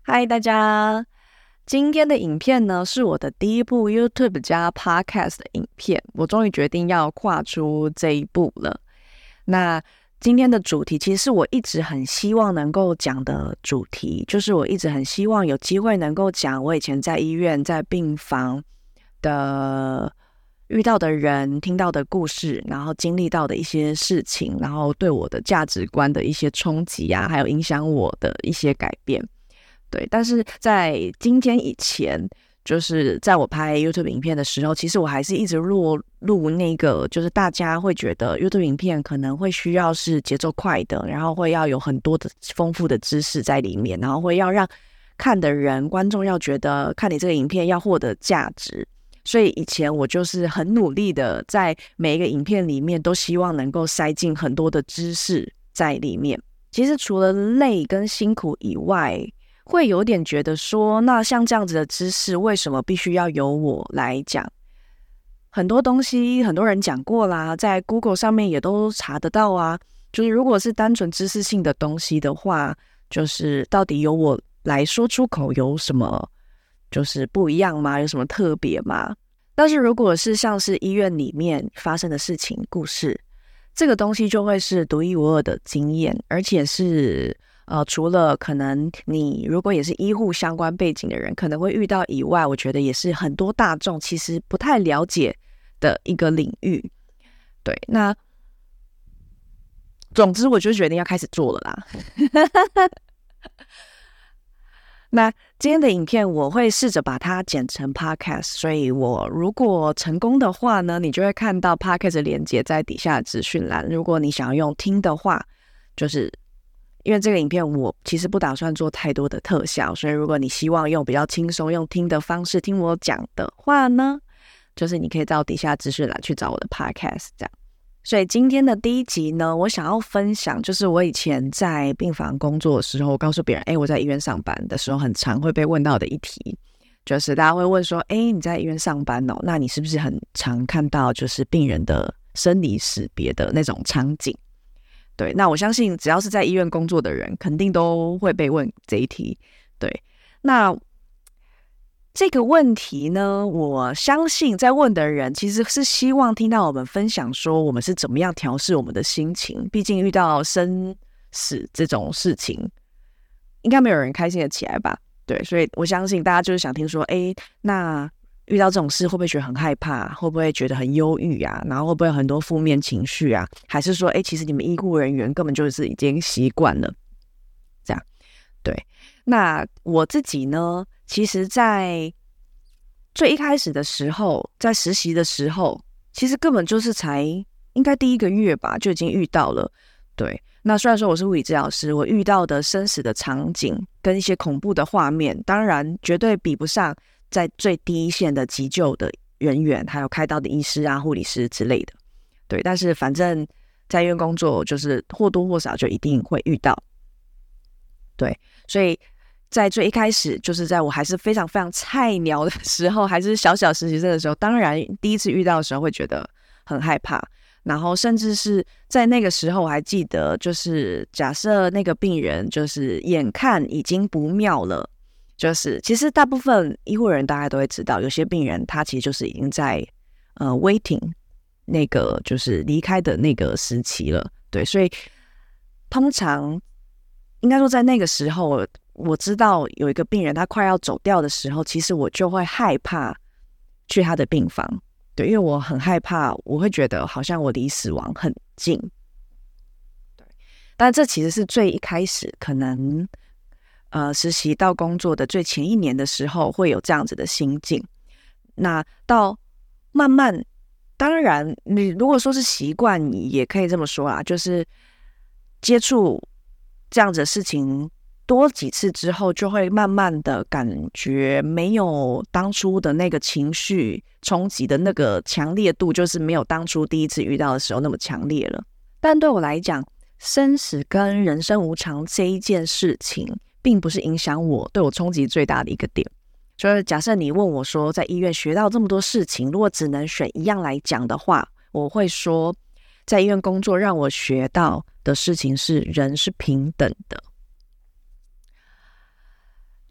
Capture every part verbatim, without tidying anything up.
嗨，大家！今天的影片呢，是我的第一部 YouTube 加 Podcast 的影片，我终于决定要跨出这一步了。那今天的主题其实是我一直很希望能够讲的主题，就是我一直很希望有机会能够讲我以前在医院、在病房的遇到的人、听到的故事，然后经历到的一些事情，然后对我的价值观的一些冲击啊，还有影响我的一些改变。对，但是在今天以前，就是在我拍 YouTube 影片的时候，其实我还是一直落入那个，就是大家会觉得 YouTube 影片可能会需要是节奏快的，然后会要有很多的丰富的知识在里面，然后会要让看的人、观众要觉得看你这个影片要获得价值。所以以前我就是很努力的，在每一个影片里面都希望能够塞进很多的知识在里面。其实除了累跟辛苦以外，会有点觉得说，那像这样子的知识为什么必须要由我来讲？很多东西很多人讲过啦，在 Google 上面也都查得到啊。就是如果是单纯知识性的东西的话，就是到底由我来说出口有什么就是不一样吗？有什么特别吗？但是如果是像是医院里面发生的事情故事，这个东西就会是独一无二的经验，而且是呃，除了可能你如果也是医护相关背景的人可能会遇到以外，我觉得也是很多大众其实不太了解的一个领域。对，那总之我就决定要开始做了啦。那今天的影片我会试着把它剪成 podcast， 所以我如果成功的话呢，你就会看到 podcast 的连结在底下的资讯栏。如果你想要用听的话，就是因为这个影片我其实不打算做太多的特效，所以如果你希望用比较轻松用听的方式听我讲的话呢，就是你可以到底下资讯栏去找我的 podcast 这样。所以今天的第一集呢，我想要分享就是我以前在病房工作的时候，我告诉别人诶我在医院上班的时候很常会被问到的一题，就是大家会问说诶你在医院上班哦，那你是不是很常看到就是病人的生离死别的那种场景？对，那我相信只要是在医院工作的人肯定都会被问这一题。对，那这个问题呢，我相信在问的人其实是希望听到我们分享说我们是怎么样调试我们的心情，毕竟遇到生死这种事情应该没有人开心的起来吧。对，所以我相信大家就是想听说诶那遇到这种事会不会觉得很害怕，会不会觉得很忧郁啊，然后会不会有很多负面情绪啊，还是说诶其实你们医护人员根本就是已经习惯了这样。对，那我自己呢其实在最一开始的时候，在实习的时候，其实根本就是才应该第一个月吧就已经遇到了。对，那虽然说我是物理治疗师，我遇到的生死的场景跟一些恐怖的画面，当然绝对比不上在最第一线的急救的人员，还有开刀的医师啊、护理师之类的。对，但是反正在医院工作，就是或多或少就一定会遇到。对，所以在最一开始，就是在我还是非常非常菜鸟的时候，还是小小实习生的时候，当然第一次遇到的时候会觉得很害怕，然后甚至是在那个时候我还记得，就是假设那个病人就是眼看已经不妙了，就是其实大部分医护人大家都会知道，有些病人他其实就是已经在呃 waiting 那个就是离开的那个时期了。对，所以通常应该说在那个时候我知道有一个病人他快要走掉的时候，其实我就会害怕去他的病房。对，因为我很害怕，我会觉得好像我离死亡很近。对，但这其实是最一开始可能呃实习到工作的最前一年的时候会有这样子的心境。那到慢慢，当然你如果说是习惯，你也可以这么说啦，就是接触这样子的事情多几次之后，就会慢慢的感觉没有当初的那个情绪冲击的那个强烈度，就是没有当初第一次遇到的时候那么强烈了。但对我来讲，生死跟人生无常这一件事情并不是影响我对我冲击最大的一个点。就是假设你问我说在医院学到这么多事情，如果只能选一样来讲的话，我会说在医院工作让我学到的事情是人是平等的。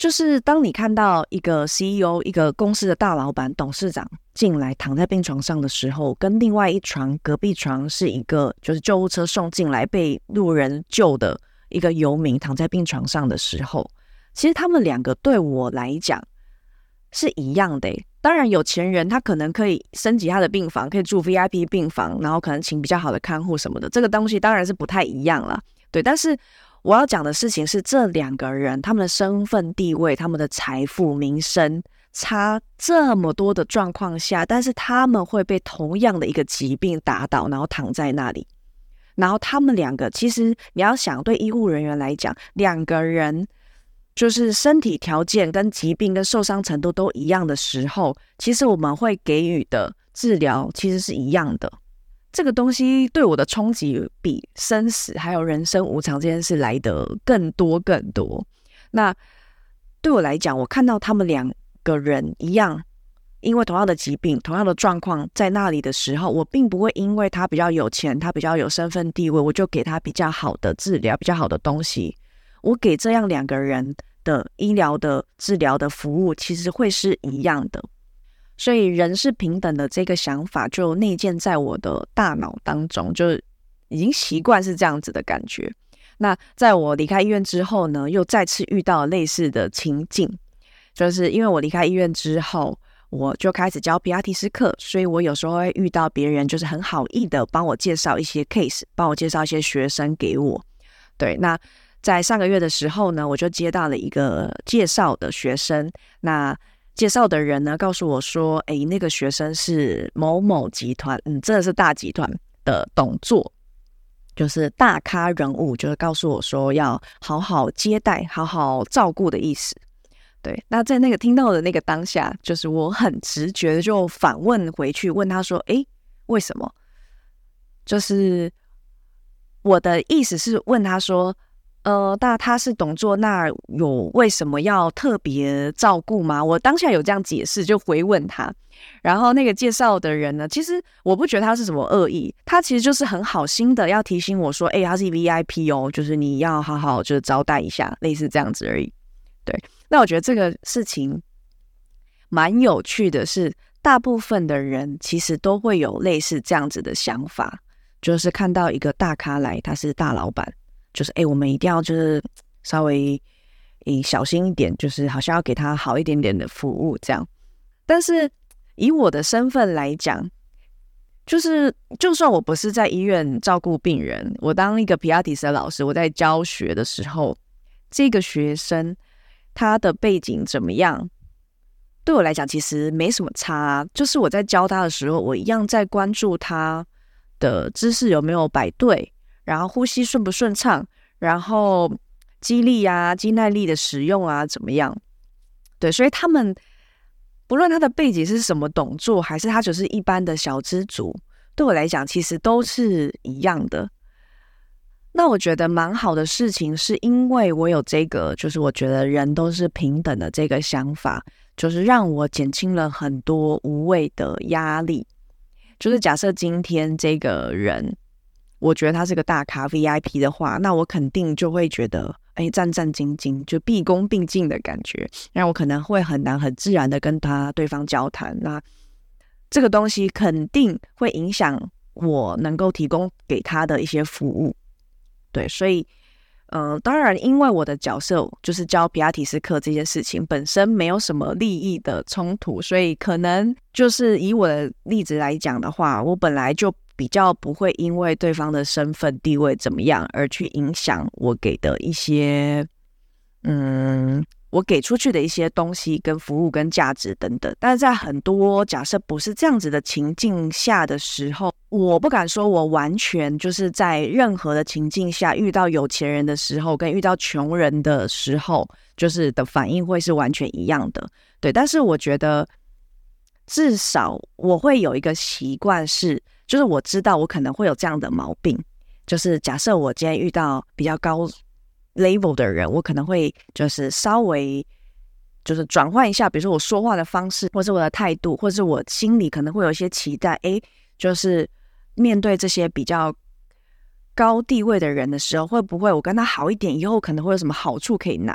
就是当你看到一个 C E O 一个公司的大老板董事长进来躺在病床上的时候，跟另外一床隔壁床是一个就是救护车送进来被路人救的一个游民躺在病床上的时候，其实他们两个对我来讲是一样的耶。当然有钱人他可能可以升级他的病房，可以住 V I P 病房，然后可能请比较好的看护什么的，这个东西当然是不太一样啦。对，但是我要讲的事情是这两个人他们的身份地位，他们的财富名声差这么多的状况下，但是他们会被同样的一个疾病打倒，然后躺在那里。然后他们两个其实你要想，对医护人员来讲，两个人就是身体条件跟疾病跟受伤程度都一样的时候，其实我们会给予的治疗其实是一样的。这个东西对我的冲击比生死还有人生无常这件事来得更多更多。那对我来讲，我看到他们两个人一样因为同样的疾病同样的状况在那里的时候，我并不会因为他比较有钱，他比较有身份地位，我就给他比较好的治疗比较好的东西。我给这样两个人的医疗的治疗的服务其实会是一样的。所以人是平等的这个想法就内建在我的大脑当中，就已经习惯是这样子的感觉。那在我离开医院之后呢，又再次遇到类似的情境，就是因为我离开医院之后，我就开始教皮拉提斯课，所以我有时候会遇到别人就是很好意的帮我介绍一些 case， 帮我介绍一些学生给我。对，那在上个月的时候呢，我就接到了一个介绍的学生，那介绍的人呢告诉我说，诶，那个学生是某某集团，嗯，真的是大集团的董座，就是大咖人物，就是告诉我说要好好接待好好照顾的意思。对，那在那个听到的那个当下，就是我很直觉的就反问回去，问他说，诶，为什么？就是我的意思是问他说，呃，那他是董座，那有为什么要特别照顾吗？我当下有这样解释，就回问他。然后那个介绍的人呢，其实我不觉得他是什么恶意，他其实就是很好心的要提醒我说，哎、欸，他是 V I P 哦，就是你要好好就是招待一下，类似这样子而已。对，那我觉得这个事情蛮有趣的是，大部分的人其实都会有类似这样子的想法，就是看到一个大咖来，他是大老板，就是哎、欸，我们一定要就是稍微、欸、小心一点，就是好像要给他好一点点的服务这样。但是以我的身份来讲，就是就算我不是在医院照顾病人，我当一个皮拉提斯的老师，我在教学的时候，这个学生他的背景怎么样，对我来讲其实没什么差啊。就是我在教他的时候，我一样在关注他的姿势有没有摆对，然后呼吸顺不顺畅，然后肌力啊肌耐力的使用啊怎么样。对，所以他们不论他的背景是什么董座，还是他只是一般的小资族，对我来讲其实都是一样的。那我觉得蛮好的事情，是因为我有这个就是我觉得人都是平等的这个想法，就是让我减轻了很多无谓的压力。就是假设今天这个人我觉得他是个大咖 V I P 的话，那我肯定就会觉得哎，战战兢兢，就毕恭毕敬的感觉，那我可能会很难很自然的跟他对方交谈，那这个东西肯定会影响我能够提供给他的一些服务。对，所以呃，当然因为我的角色就是教皮拉提斯课这件事情本身没有什么利益的冲突，所以可能就是以我的例子来讲的话，我本来就比较不会因为对方的身份地位怎么样而去影响我给的一些嗯，我给出去的一些东西跟服务跟价值等等。但是在很多假设不是这样子的情境下的时候，我不敢说我完全就是在任何的情境下遇到有钱人的时候跟遇到穷人的时候就是的反应会是完全一样的。对，但是我觉得至少我会有一个习惯是，就是我知道我可能会有这样的毛病，就是假设我今天遇到比较高 level 的人，我可能会就是稍微就是转换一下，比如说我说话的方式，或是我的态度，或是我心里可能会有一些期待，诶，就是面对这些比较高地位的人的时候，会不会我跟他好一点以后可能会有什么好处可以拿，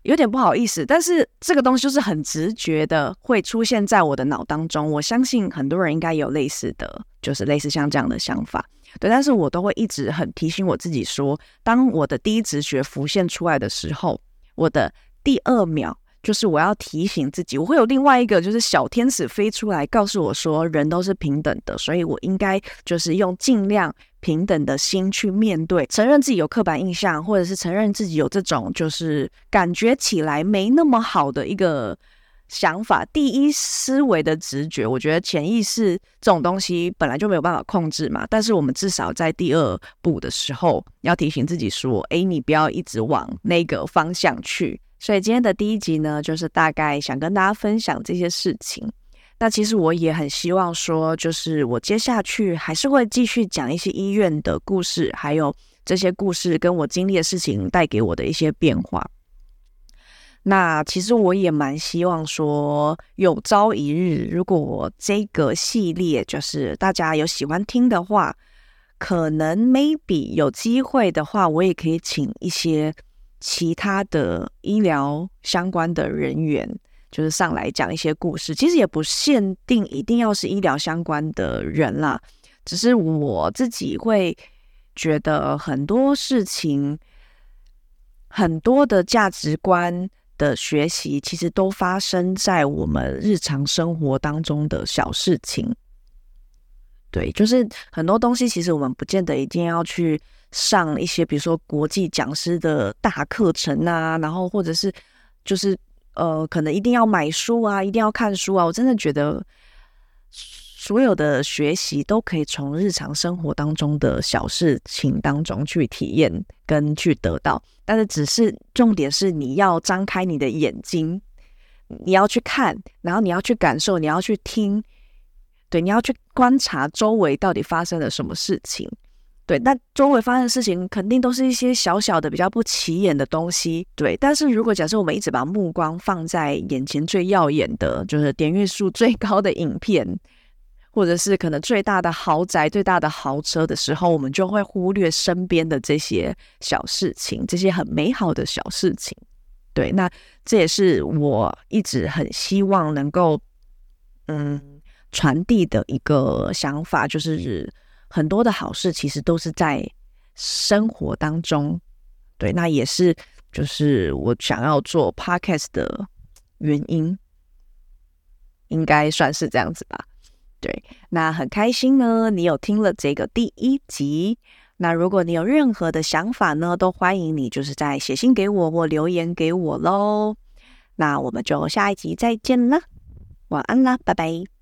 有点不好意思，但是这个东西就是很直觉的会出现在我的脑当中。我相信很多人应该有类似的，就是类似像这样的想法。对，但是我都会一直很提醒我自己说，当我的第一直觉浮现出来的时候，我的第二秒就是我要提醒自己，我会有另外一个就是小天使飞出来告诉我说，人都是平等的，所以我应该就是用尽量平等的心去面对，承认自己有刻板印象，或者是承认自己有这种就是感觉起来没那么好的一个想法。第一思维的直觉，我觉得潜意识这种东西本来就没有办法控制嘛，但是我们至少在第二步的时候要提醒自己说，诶，你不要一直往那个方向去。所以今天的第一集呢，就是大概想跟大家分享这些事情。那其实我也很希望说，就是我接下去还是会继续讲一些医院的故事，还有这些故事跟我经历的事情带给我的一些变化。那其实我也蛮希望说，有朝一日，如果我这个系列就是大家有喜欢听的话，可能 maybe 有机会的话，我也可以请一些其他的医疗相关的人员，就是上来讲一些故事。其实也不限定一定要是医疗相关的人啦，只是我自己会觉得很多事情，很多的价值观的学习其实都发生在我们日常生活当中的小事情。对，就是很多东西其实我们不见得一定要去上一些比如说国际讲师的大课程啊，然后或者是就是呃，可能一定要买书啊，一定要看书啊。我真的觉得所有的学习都可以从日常生活当中的小事情当中去体验跟去得到，但是只是重点是你要张开你的眼睛，你要去看，然后你要去感受，你要去听，对，你要去观察周围到底发生了什么事情。对，那周围发生的事情肯定都是一些小小的比较不起眼的东西，对。但是如果假设我们一直把目光放在眼前最耀眼的，就是点阅数最高的影片，或者是可能最大的豪宅、最大的豪车的时候，我们就会忽略身边的这些小事情，这些很美好的小事情。对，那这也是我一直很希望能够嗯传递的一个想法，就是很多的好事其实都是在生活当中。对，那也是就是我想要做 podcast 的原因，应该算是这样子吧。对，那很开心呢，你有听了这个第一集。那如果你有任何的想法呢，都欢迎你就是在写信给我或留言给我咯。那我们就下一集再见啦，晚安啦，拜拜。